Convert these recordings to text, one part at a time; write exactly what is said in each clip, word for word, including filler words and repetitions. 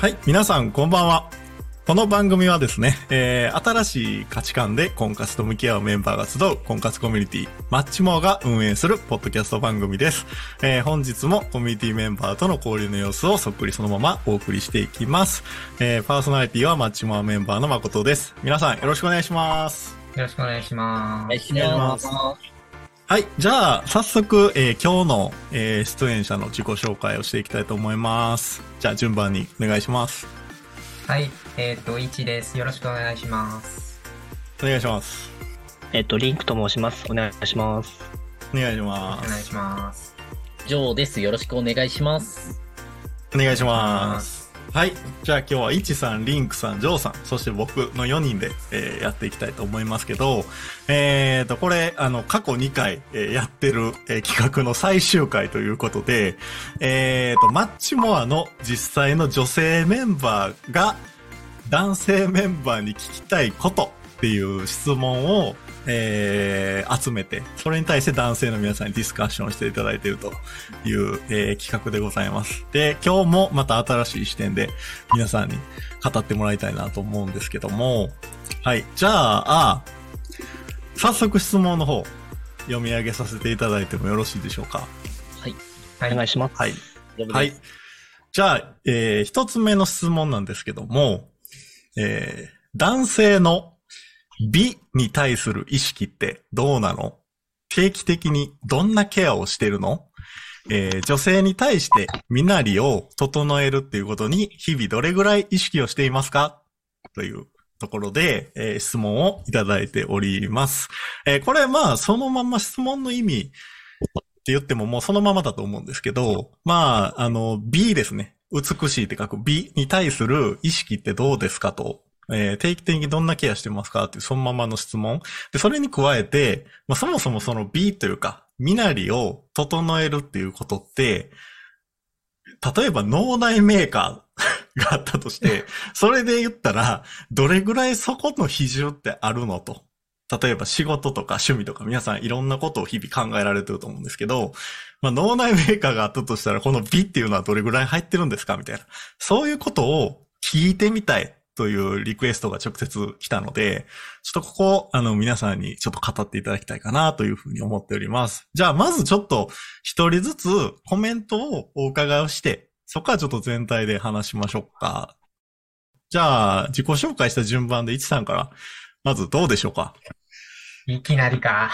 はい、皆さんこんばんは。この番組はですね、えー、新しい価値観で婚活と向き合うメンバーが集う婚活コミュニティマッチモアが運営するポッドキャスト番組です。えー、本日もコミュニティメンバーとの交流の様子をそっくりそのままお送りしていきます。えー、パーソナリティはマッチモアメンバーの誠です。皆さんよろしくお願いします。 よろしくお願いします。 お願いします。 はい。じゃあ、早速、えー、今日の、えー、出演者の自己紹介をしていきたいと思います。じゃあ、順番にお願いします。 はい。えっ、ー、と、いちです。よろしくお願いします。 お願いします。 えっ、ー、と、リンクと申します。お願いします。 お願いします。 お願いします。 ジョーです。よろしくお願いします。 お願いします。はい。じゃあ今日はいちさん、リンクさん、ジョーさん、そして僕のよにんで、えー、やっていきたいと思いますけど、えーと、これ、あの、過去にかい、えー、やってる、えー、企画の最終回ということで、えーと、マッチモアの実際の女性メンバーが男性メンバーに聞きたいことっていう質問を、えー、集めて、それに対して男性の皆さんにディスカッションしていただいているという、えー、企画でございます。で、今日もまた新しい視点で皆さんに語ってもらいたいなと思うんですけども、はい。じゃあ、早速質問の方、読み上げさせていただいてもよろしいでしょうか。 はい。 はい、お願いします。 はい。はい。じゃあ、えー、一つ目の質問なんですけども、えー、男性の美に対する意識ってどうなの？定期的にどんなケアをしてるの？えー、女性に対して身なりを整えるっていうことに日々どれぐらい意識をしていますか？というところで、えー、質問をいただいております。えー、これまあそのまま質問の意味って言ってももうそのままだと思うんですけど、まああの美ですね。美しいって書く美に対する意識ってどうですかと。えー、定期的にどんなケアしてますかっていうそのままの質問。で、それに加えて、まあ、そもそもその美というか、身なりを整えるっていうことって、例えば脳内メーカーがあったとして、それで言ったら、どれぐらいそこの比重ってあるのと。例えば仕事とか趣味とか皆さんいろんなことを日々考えられてると思うんですけど、まあ、脳内メーカーがあったとしたら、この美っていうのはどれぐらい入ってるんですかみたいな。そういうことを聞いてみたい。というリクエストが直接来たので、ちょっとここ、あの、皆さんにちょっと語っていただきたいかなというふうに思っております。じゃあ、まずちょっと一人ずつコメントをお伺いをして、そこからちょっと全体で話しましょうか。じゃあ、自己紹介した順番でいちさんから、まずどうでしょうか？ いきなりか。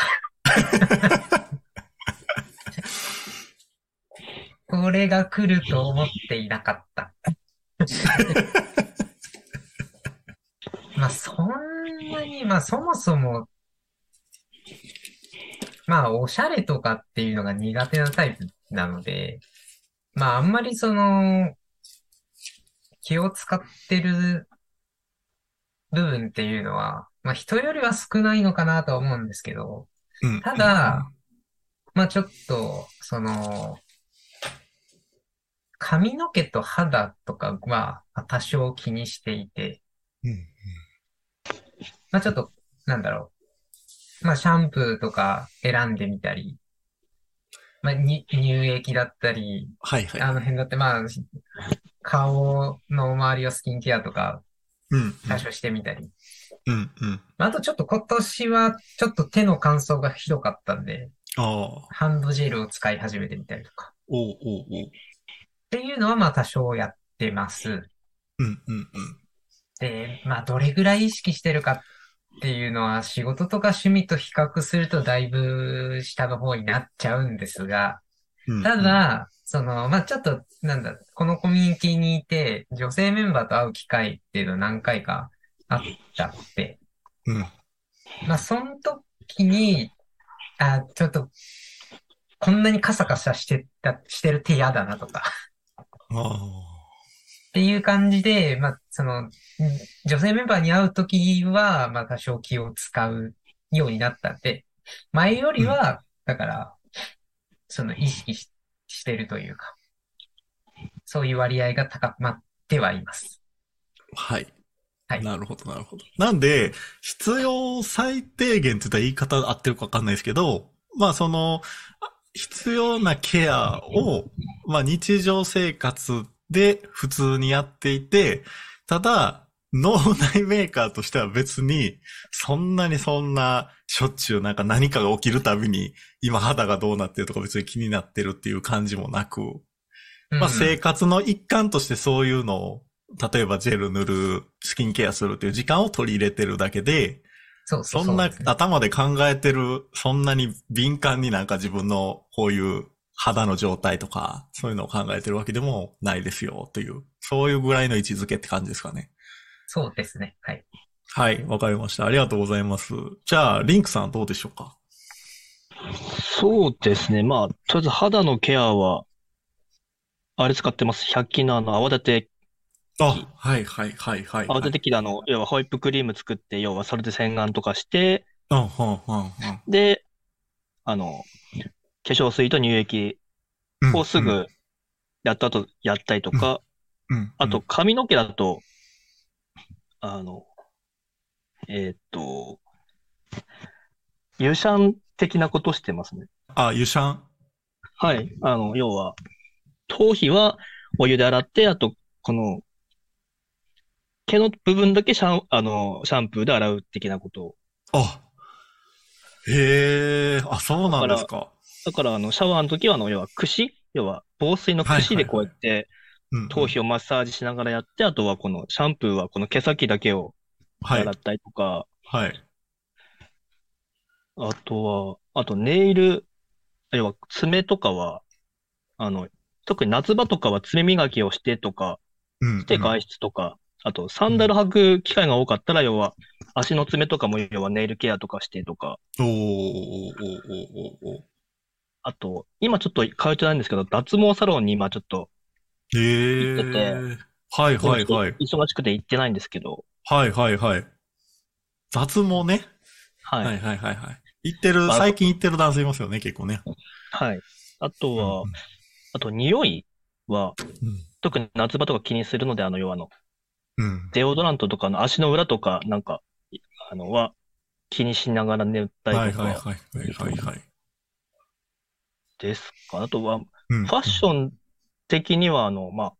これが来ると思っていなかった。まあ、そんなに、まあ、そもそも、まあ、おしゃれとかっていうのが苦手なタイプなので、まあ、あんまりその、気を使ってる部分っていうのは、まあ、人よりは少ないのかなとは思うんですけど、ただ、まあ、ちょっと、その、髪の毛と肌とかは多少気にしていて、まあちょっと、なんだろう。まあシャンプーとか選んでみたり、まあに乳液だったり、 はいはい。 あの辺だってまあ、顔の周りをスキンケアとか、多少してみたり。 うんうん。 あとちょっと今年はちょっと手の乾燥がひどかったんで、 あハンドジェルを使い始めてみたりとか。 おうおうおう。 っていうのはまあ多少やってます。 うんうんうん。 で、まあどれぐらい意識してるかっていうのは仕事とか趣味と比較するとだいぶ下の方になっちゃうんですが、ただ、その、まあ、ちょっと、なんだ、このコミュニティにいて、女性メンバーと会う機会っていうの何回かあったって、 うん。 まあ、その時に、あ、ちょっと、こんなにカサカサしてた、してる手嫌だなとかっていう感じで、まあ、その、女性メンバーに会うときは、まあ、多少気を使うようになったんで、前よりは、だから、その意識し、してるというか、そういう割合が高まってはいます。 はい。 はい。 なるほど、なるほど。なんで、必要最低限って言ったら言い方合ってるかわかんないですけど、まあその、必要なケアを、まあ日常生活で普通にやっていて、ただ、脳内メーカーとしては別に、そんなにそんな、しょっちゅうなんか何かが起きるたびに、今肌がどうなってるとか別に気になってるっていう感じもなく、まあ生活の一環としてそういうのを、例えばジェル塗る、スキンケアするっていう時間を取り入れてるだけで、 そうそうそんなそうですね頭で考えてる、そんなに敏感になんか自分のこういう肌の状態とか、そういうのを考えてるわけでもないですよという、そういうぐらいの位置づけって感じですかね。 そうですね。はい。 はい、わかりました。ありがとうございます。じゃあ、リンクさんどうでしょうか？ そうですね。まあ、とりあえず肌のケアは、あれ使ってます。ひゃく均のあの、泡立て、 あ、はいはいはいはい、はい。 泡立て器であの、要はホイップクリーム作って、要はそれで洗顔とかして、 うん、うん、うん、 で、あの、化粧水と乳液うん。 をすぐやった後やったりとか、 うん、うん。 あと髪の毛だと、あの、えーっと、湯シャン的なことしてますね。 あ、湯シャン。 はい。あの、要は、頭皮はお湯で洗って、あと、この、毛の部分だけシャン、あの、シャンプーで洗う的なことを。 あ、へえ、あ、そうなんですか。 だから、あの、シャワーの時は、あの、要は、櫛要は、防水の櫛でこうやって、 うんうん、 頭皮をマッサージしながらやって、あとはこの、シャンプーはこの毛先だけをはい洗ったりとか、 はい。 あとは、あとネイル、要は爪とかは、あの、特に夏場とかは爪磨きをしてとか、 うん、うん。 して外出とか、あとサンダル履く機会が多かったら、要は足の爪とかも要はネイルケアとかしてとか、 おー、おー、おー、おー、おー。 あと、今ちょっと通ってないんですけど、脱毛サロンに今ちょっとへ行ってて、 え、はいはいはい。 忙しくて行ってないんですけど、 はいはいはい。脱毛ね。 はい。 はいはいはいはい。行ってる、 まあ最近行ってる男性いますよね、結構ね。 はい。あとは、 うんあと匂いは、 うん特に夏場とか気にするので、あの、要はあの、 うん。 デオドラントとかの足の裏とか、なんか、いあの、は気にしながら塗ったはいりとかはいはいはいはいはい。 ですか。あとは、 うんファッション的には、あの、まあ、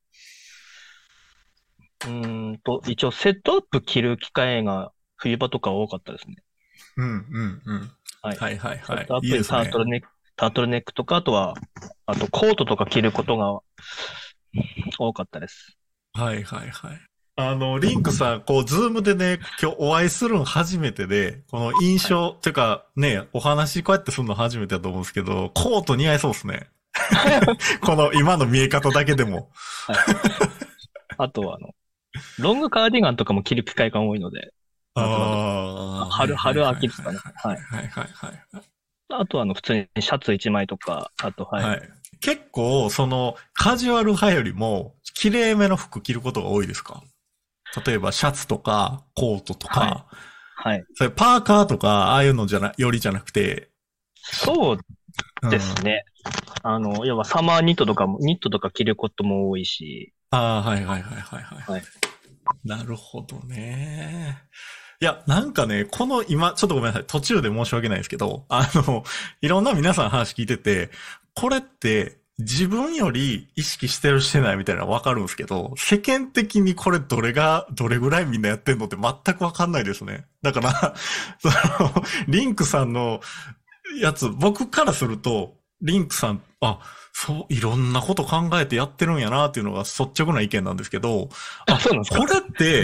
うーんと、一応セットアップ着る機会が冬場とか多かったですね。 うんうんうん。 はい。 はいはいセットアはい。いいですねップにタート。ルネック、タートルネックとか、あとは、あとコートとか着ることが多かったです。 はいはいはい。あの、リンクさん、こう、ズームでね、今日お会いするの初めてで、この印象、っていうか、ね、お話こうやってするの初めてだと思うんですけど、コート似合いそうですね。この今の見え方だけでも。 はい。あとは、あの、ロングカーディガンとかも着る機会が多いので、夏場とかああ。 春、春、秋ですかね。はい。 はいはいはい。 あとは、あの、普通にシャツいちまいとか、あと、はい。 はい。結構、その、カジュアル派よりも、綺麗めの服着ることが多いですか？例えば、シャツとか、コートとか、 はいはい。 それパーカーとか、ああいうのじゃな、よりじゃなくて、 そううんですね。あの、要はサマーニットとかも、ニットとか着ることも多いし、 ああ、はいはいはいはいはい。 はい。 なるほどね。いや、なんかね、この今、ちょっとごめんなさい。途中で申し訳ないですけど、あの、いろんな皆さん話聞いてて、これって自分より意識してるしてないみたいなのわかるんですけど、世間的にこれどれが、どれぐらいみんなやってんのって全くわかんないですね。だから、その、リンクさんのやつ、僕からすると、リンクさん、あ、そう、いろんなこと考えてやってるんやなっていうのが率直な意見なんですけど、 あ、そうなんですか。 これって、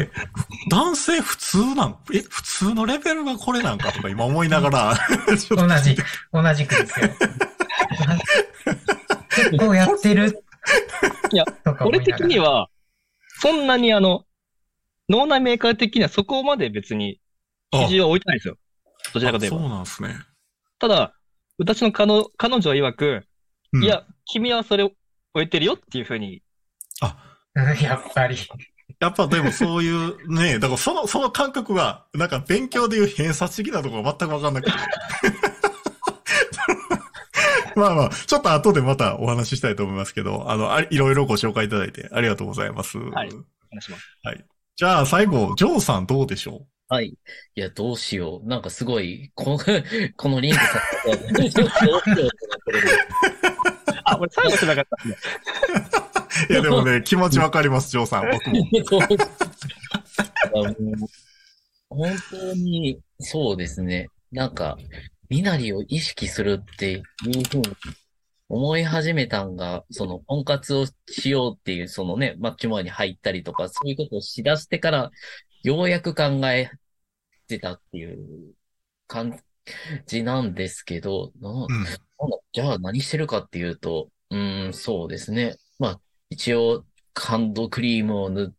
男性普通なん、え、普通のレベルがこれなんかとか今思いながら、ちょっと同じ、同じくですよ。結構やってるいや、 とか思い俺ながら。 的には、そんなにあの、脳内メーカー的にはそこまで別に比重は置いてないんですよ。どちらかといえそうば。 なんですね。 ただ、私の彼女彼女は曰く、 うんいや、君はそれを置いてるよっていうふうに、 あ、 やっぱり。 やっぱでもそういうね、だからその、その感覚が、なんか勉強でいう偏差値的なところが全くわかんなくて。まあまあ、ちょっと後でまたお話ししたいと思いますけど、あの、あいろいろご紹介いただいてありがとうございます。 はいお願いします。 じゃあ最後、ジョーさんどうでしょはい。いや、どうしよう。なんかすごい、この、このリンクさんと、どうしようってなってる。 あ、俺最後じゃなかった。 いやでもね、気持ちわかります、ジョーさん。僕も。 あの本当に、そうですね。なんか、身なりを意識するっていうふうに思い始めたんが、その、婚活をしようっていう、そのね、マッチモアに入ったりとか、そういうことをしだしてから、ようやく考えてたっていう感じなんですけど、な、なんだ、 うん。 じゃあ何してるかっていうと、うーん、そうですね。まあ、一応、ハンドクリームを塗って、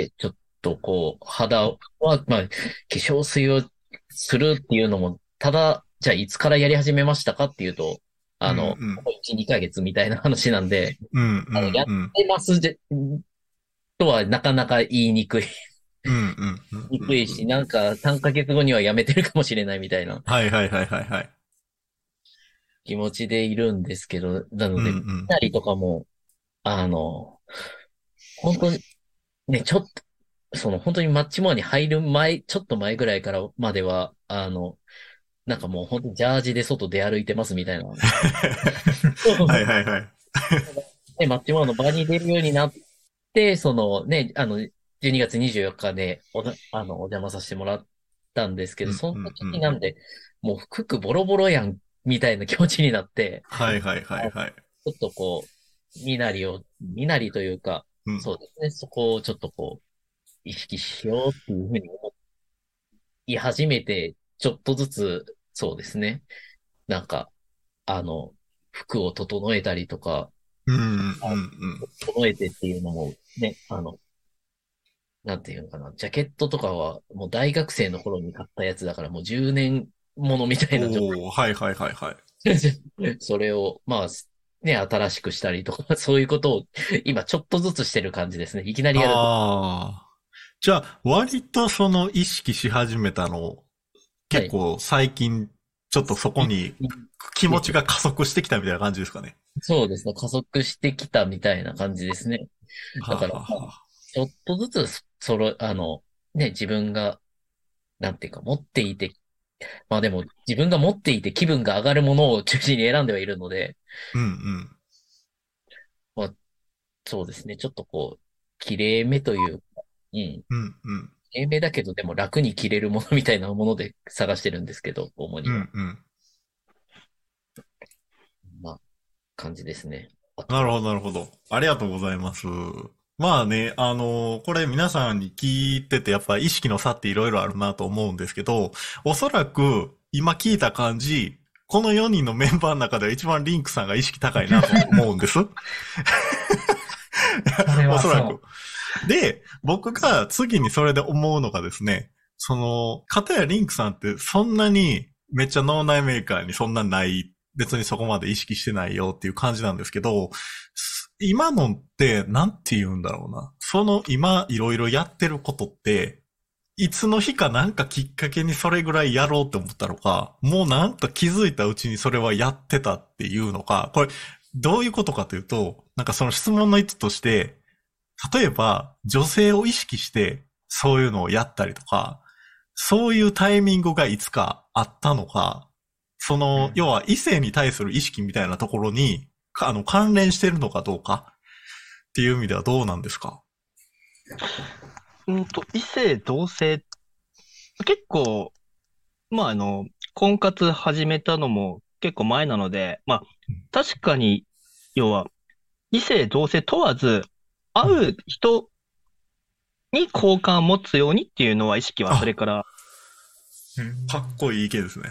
ちょっとこう、肌は、まあ、化粧水をするっていうのも、ただ、じゃあいつからやり始めましたかっていうと、あの、 うんうんここいち、にかげつみたいな話なんで、 うんうあの、やっんうん。 てますで、とはなかなか言いにくい、 うんうんうんにくいし、なんかさんかげつごにはやめてるかもしれないみたいなはいはいはいはいはい。 気持ちでいるんですけど、なので、 うんうん。 みなりとかも、あの、本当に、ね、ちょっと、その本当にマッチモアに入る前、ちょっと前ぐらいからまでは、あの、なんかもう本当にジャージで外出歩いてますみたいな。 はいはいはい。 で、マッチモアの場に出るようになって、そのね、あの、じゅうにがつにじゅうよっかでおだ、あの、お邪魔させてもらったんですけど、その時になんで、もう服ボロボロやん、みたいな気持ちになって、 はいはいはいはい。 ちょっとこう、身なりを、身なりというか、 うんそうですね、そこをちょっとこう、意識しようっていうふうに思い始めて、ちょっとずつ、そうですね。なんか、あの、服を整えたりとか、 うんうんうんうん。 整えてっていうのも、ね、あの、なんていうのかな、ジャケットとかは、もう大学生の頃に買ったやつだから、もうじゅうねんものみたいな状おー、はいはいはいはい。 態。それを、まあ、ね、新しくしたりとか、そういうことを、今ちょっとずつしてる感じですね。いきなりやると。 ああ。じゃあ、割とその意識し始めたの、結構最近、ちょっとそこに気持ちが加速してきたみたいな感じですかね。 そうですね。加速してきたみたいな感じですね。だから、 はあはあはあちょっとずつ、そろ、あの、ね、自分が、なんていうか、持っていて、まあでも、自分が持っていて気分が上がるものを中心に選んではいるので、 うんうん。 まあ、そうですね。ちょっとこう、綺麗めというか、うん。 うんうん。 綺麗めだけど、でも楽に着れるものみたいなもので探してるんですけど、主にうは。 んうん。 まあ、感じですね。あとなるほどなるほど。ありがとうございます。まあね、あのこれ皆さんに聞いててやっぱ意識の差っていろいろあるなと思うんですけど、おそらく今聞いた感じ、このよにんのメンバーの中では一番リンクさんが意識高いなと思うんです。 それはおそらそく。で、僕が次にそれで思うのがですね、その、かたやリンクさんってそんなにめっちゃ脳内メーカーにそんなない、別にそこまで意識してないよっていう感じなんですけど、今のって、なんて言うんだろうな。その今いろいろやってることって、いつの日かなんかきっかけにそれぐらいやろうって思ったのか、もうなんか気づいたうちにそれはやってたっていうのか、これどういうことかというと、なんかその質問の一つとして、例えば女性を意識してそういうのをやったりとか、そういうタイミングがいつかあったのか、その、要は異性に対する意識みたいなところに、あの、関連してるのかどうかっていう意味ではどうなんですか？ うんと、異性同性、結構、まああの、婚活始めたのも結構前なので、まあ確かに、要は、異性同性問わず、会う人に好感を持つようにっていうのは意識はそれから、 う。うんかっこいい意見ですね。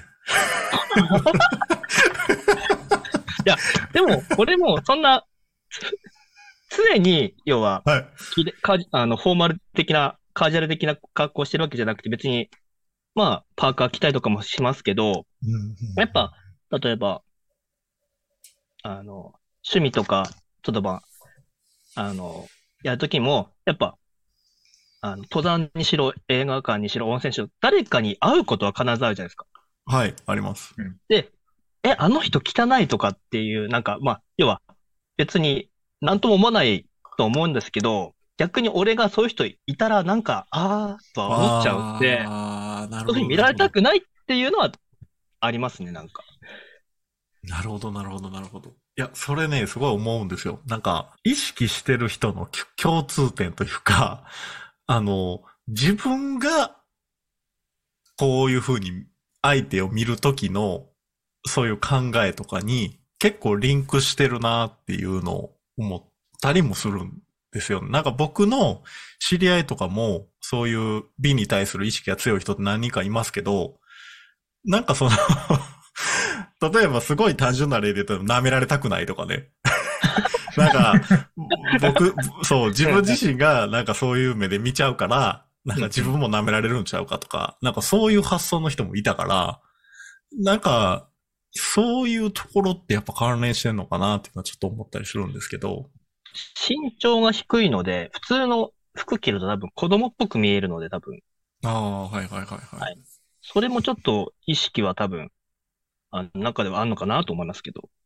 いや、でも、俺もそんな、常に、要は、 はい。 きれカジあの、フォーマル的な、カジュアル的な格好をしてるわけじゃなくて、別に、まあ、パーカー着たりとかもしますけど、やっぱ、例えば、あの、趣味とか、ちょっとまあ、あの、やるときも、やっぱ、あの、登山にしろ、映画館にしろ、温泉にしろ、誰かに会うことは必ずあるじゃないですか。 はい、あります。 で、え、あの人汚いとかっていう、なんか、まあ、要は、別になんとも思わないと思うんですけど、逆に俺がそういう人いたら、なんか、あーとは思っちゃうんで、 ああ、なるほど。 そういうふうに見られたくないっていうのはありますね、なんか。 なるほど、なるほど、なるほど。いや、それね、すごい思うんですよ。なんか、意識してる人の共通点というか、あの、自分が、こういうふうに相手を見るときの、そういう考えとかに、結構リンクしてるなっていうのを思ったりもするんですよ。なんか僕の知り合いとかも、そういう美に対する意識が強い人って何人かいますけど、なんかその、例えばすごい単純な例で言うと舐められたくないとかね。なんか、僕、そう、自分自身がなんかそういう目で見ちゃうから、なんか自分も舐められるんちゃうかとか、なんかそういう発想の人もいたから、なんか、そういうところってやっぱ関連してんのかなっていうのはちょっと思ったりするんですけど。 身長が低いので、普通の服着ると多分子供っぽく見えるので多分。 ああ、はいはいはいはい。はい、 それもちょっと意識は多分、あの中ではあんのかなと思いますけど。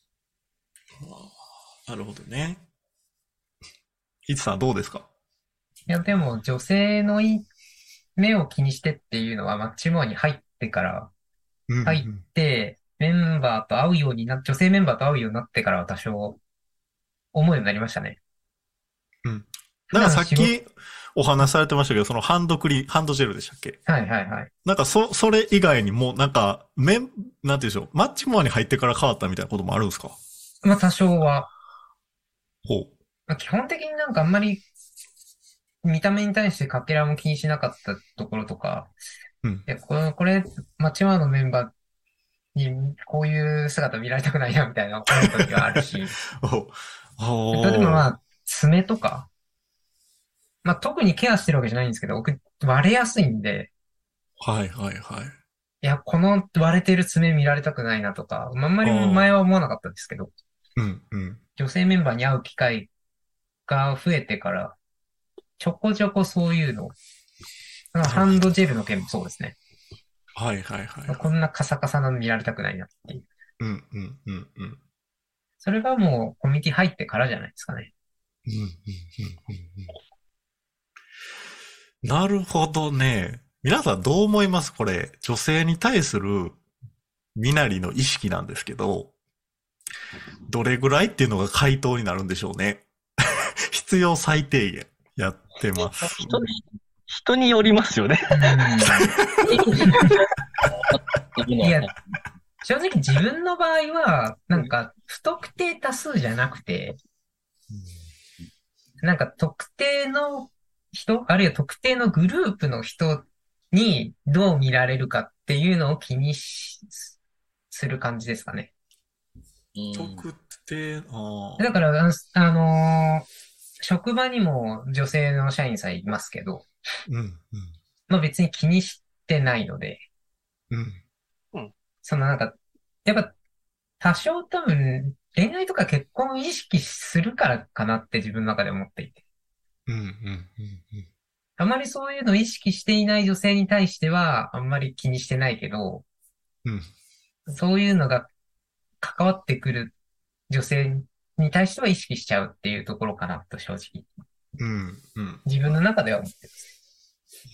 なるほどね。いつさんどうですか？ いや、でも女性のい目を気にしてっていうのはマッチモアに入ってから、入って、メンバーと会うようにな、女性メンバーと会うようになってからは多少思うようになりましたね。 うん。なんかさっきお話しされてましたけど、そのハンドクリ、ハンドジェルでしたっけ？ はいはいはい。 なんかそ、それ以外にも、なんか、メン、なんていうんでしょう、マッチモアに入ってから変わったみたいなこともあるんですか？ まあ多少は。 ほう。 まあ、基本的になんかあんまり見た目に対してかけらも気にしなかったところとか、 うん。 いや、これ、これ、マッチモアのメンバーにこういう姿見られたくないなみたいな思う時はあるし。 おお。 例えばまあ、爪とか、まあ特にケアしてるわけじゃないんですけど、僕割れやすいんで、 はいはいはい。 いや、この割れてる爪見られたくないなとか、あんまり前は思わなかったんですけど、 うんうん。 女性メンバーに会う機会が増えてから、ちょこちょこそういうの、ハンドジェルの件もそうですね。 はいはいはい、はい。 こんなカサカサなの見られたくないなっていう。 うんうんうんうん。 それがもうコミュニティ入ってからじゃないですかね。 うんうんうんうんうん。なるほどね。皆さんどう思います？これ、女性に対する身なりの意識なんですけど、どれぐらいっていうのが回答になるんでしょうね。必要最低限やってます。 人人によりますよね。 いや、正直自分の場合は、なんか不特定多数じゃなくて、なんか特定の人、あるいは特定のグループの人にどう見られるかっていうのを気にしする感じですかね。 特定、あだから、あの、あのー職場にも女性の社員さんいますけど、 うんうん、 まあ別に気にしてないので、 うん、 そのなんか、やっぱ多少多分恋愛とか結婚を意識するからかなって自分の中で思っていて。 うんうんうんうん、 あまりそういうのを意識していない女性に対してはあんまり気にしてないけど、 うん、 そういうのが関わってくる女性に対しては意識しちゃうっていうところかなと正直。 うんうん、 自分の中では思ってます。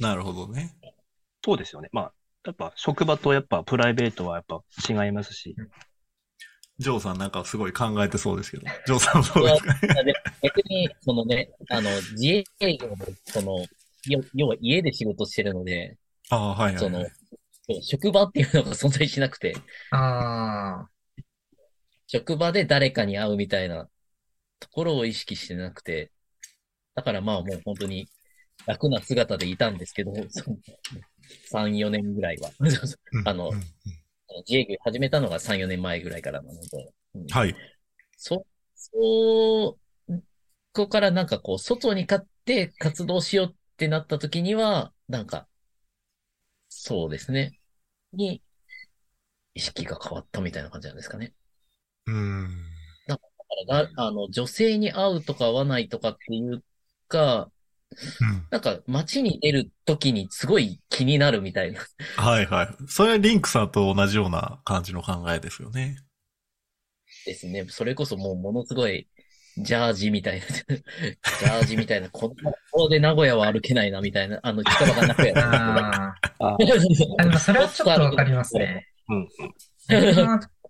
なるほどね。 そうですよね。まあ、やっぱ職場とやっぱプライベートはやっぱ違いますし。 ジョーさんなんかすごい考えてそうですけど。ジョーさんもそうですかね。 逆に、そのね、あの、自営業の、その、要は家で仕事してるので、 ああ、はいはい、はい。 その、職場っていうのが存在しなくて。 ああ。 職場で誰かに会うみたいなところを意識してなくて、だからまあもう本当に楽な姿でいたんですけど、さん、よねんぐらいは。あの、うんうん、自営業始めたのがさん、よねんまえぐらいからなので。うん、 はい。 そ、そこからなんかこう、外に勝って活動しようってなった時には、なんか、そうですね。に、意識が変わったみたいな感じなんですかね。 うん。 だからあの、女性に会うとか会わないとかっていうか、うん、なんか街に出るときにすごい気になるみたいな。 はいはい。それはリンクさんと同じような感じの考えですよね。 ですね。それこそもうものすごいジャージみたいな。ジャージみたいな。こんな方で名古屋は歩けないなみたいな。あの、近場が名古屋だ。 ああ。でもそれはちょっとわかりますね。うん。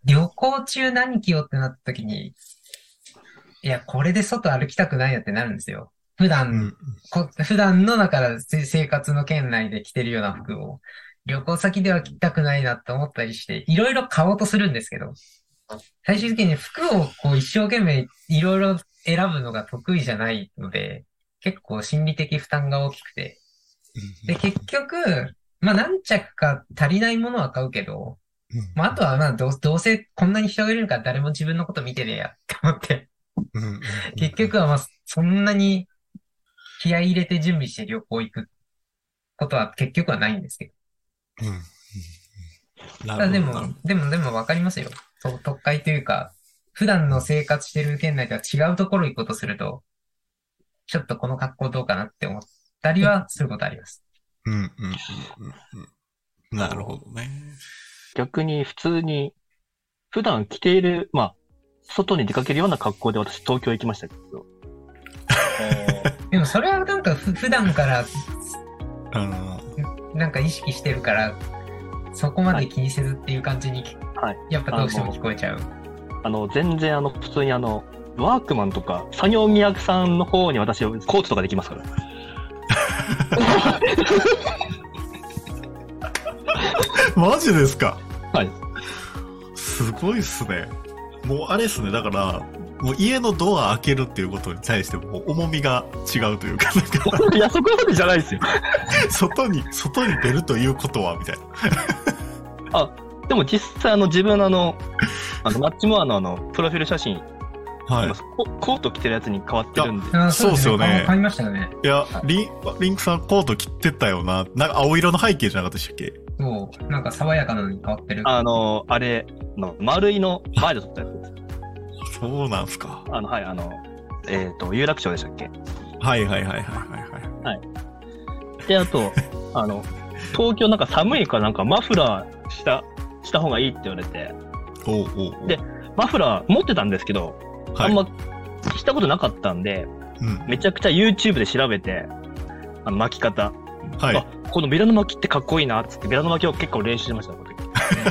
旅行中何着ようってなった時に、いや、これで外歩きたくないよってなるんですよ。普段、 うんこ普段のだからせ生活の圏内で着てるような服を旅行先では着たくないなって思ったりして、いろいろ買おうとするんですけど、最終的に服をこう一生懸命いろいろ選ぶのが得意じゃないので、結構心理的負担が大きくて。で、結局、まあ何着か足りないものは買うけど、まああとはまあどうどうせこんなに人がいるから誰も自分のこと見てねえやって思って、結局はまあそんなに気合い入れて準備して旅行行くことは結局はないんですけど。ただでも、でもでもわかりますよ。と特会というか、普段の生活してる県内とは違うところ行こうとすると、ちょっとこの格好どうかなって思ったりはすることあります。 うんうんうんうんうん。なるほどね。 逆に普通に、普段着ている、まあ、外に出かけるような格好で私東京行きましたけど。 でもそれはなんかふ普段から、 あのなんか意識してるから、そこまで気にせずっていう感じに、 はい。 やっぱどうしても聞こえちゃう。 あの、全然あの、普通にあの、ワークマンとか、作業宮さんの方に私、コートとかできますから。 マジですか？ はい。 すごいっすね。もうあれっすね。だから、もう家のドア開けるっていうことに対しても重みが違うというか、なんかいや、そこまでじゃないですよ。 外に、外に出るということは、みたいな。 あ、でも実際あの自分のあの、あの、マッチモアのあの、プロフィール写真、 はい。 ココート着てるやつに変わってるんで。 あそうっすよね。 買いましたよね。 いや、リン、リンクさんコート着てたよな。なんか青色の背景じゃなかったでしたっけ？ そう。なんか爽やかなのに変わってる。 あの、あれの、丸いの前で撮ったやつです。 そうなんすか。 あの、はい、あの、えっ、と、有楽町でしたっけ？ はいはいはいはいはいはい。 はい。で、あと、あの、東京なんか寒いからなんかマフラーした、した方がいいって言われて。 おうおうおう。 で、マフラー持ってたんですけど、 はい、 あんましたことなかったんで、 うん、 めちゃくちゃ YouTube で調べて、あの巻き方。 はい。 あ、このビラの巻きってかっこいいなっつってビラの巻きを結構練習しました、この時。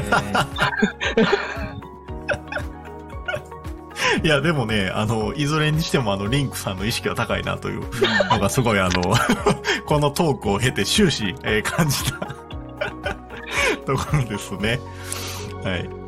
いや、でもね、あの、いずれにしてもあの、リンクさんの意識は高いなというのがすごいあの、このトークを経て終始、えー、感じたところですね。はい。